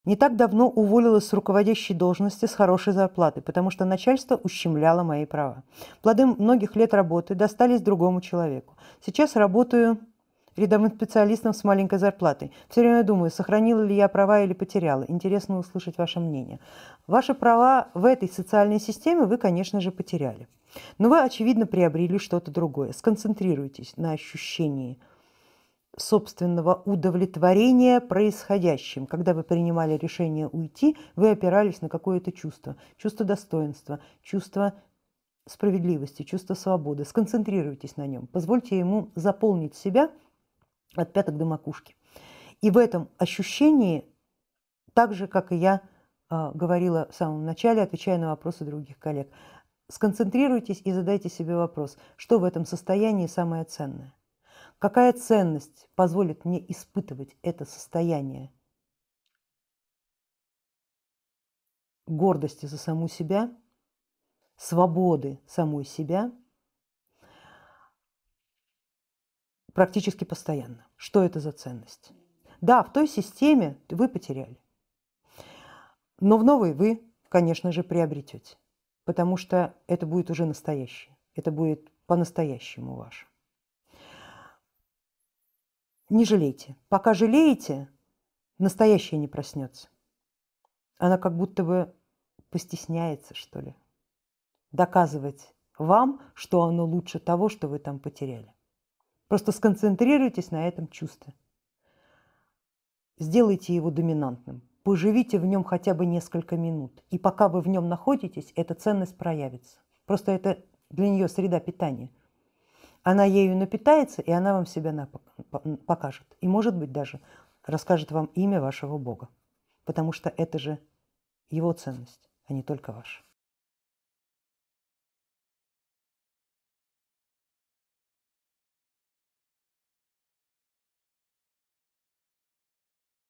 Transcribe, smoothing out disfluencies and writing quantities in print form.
Не так давно уволилась с руководящей должности с хорошей зарплатой, потому что начальство ущемляло мои права. Плоды многих лет работы достались другому человеку. Сейчас работаю рядовым специалистом с маленькой зарплатой. Все время думаю, сохранила ли я права или потеряла. Интересно услышать ваше мнение. Ваши права в этой социальной системе вы, конечно же, потеряли. Но вы, очевидно, приобрели что-то другое. Сконцентрируйтесь на ощущении собственного удовлетворения происходящим. Когда вы принимали решение уйти, вы опирались на какое-то чувство. Чувство достоинства, чувство справедливости, чувство свободы. Сконцентрируйтесь на нем. Позвольте ему заполнить себя от пяток до макушки. И в этом ощущении, так же, как и я говорила в самом начале, отвечая на вопросы других коллег, сконцентрируйтесь и задайте себе вопрос, что в этом состоянии самое ценное. Какая ценность позволит мне испытывать это состояние гордости за саму себя, свободы самой себя практически постоянно? Что это за ценность? Да, в той системе вы потеряли, но в новой вы, конечно же, приобретете, потому что это будет уже настоящее, это будет по-настоящему ваше. Не жалейте. Пока жалеете, настоящее не проснется. Она как будто бы постесняется, что ли, доказывать вам, что оно лучше того, что вы там потеряли. Просто сконцентрируйтесь на этом чувстве. Сделайте его доминантным. Поживите в нем хотя бы несколько минут. И пока вы в нем находитесь, эта ценность проявится. Просто это для нее среда питания. Она ею напитается, и она вам себя покажет. И, может быть, даже расскажет вам имя вашего Бога. Потому что это же его ценность, а не только ваша.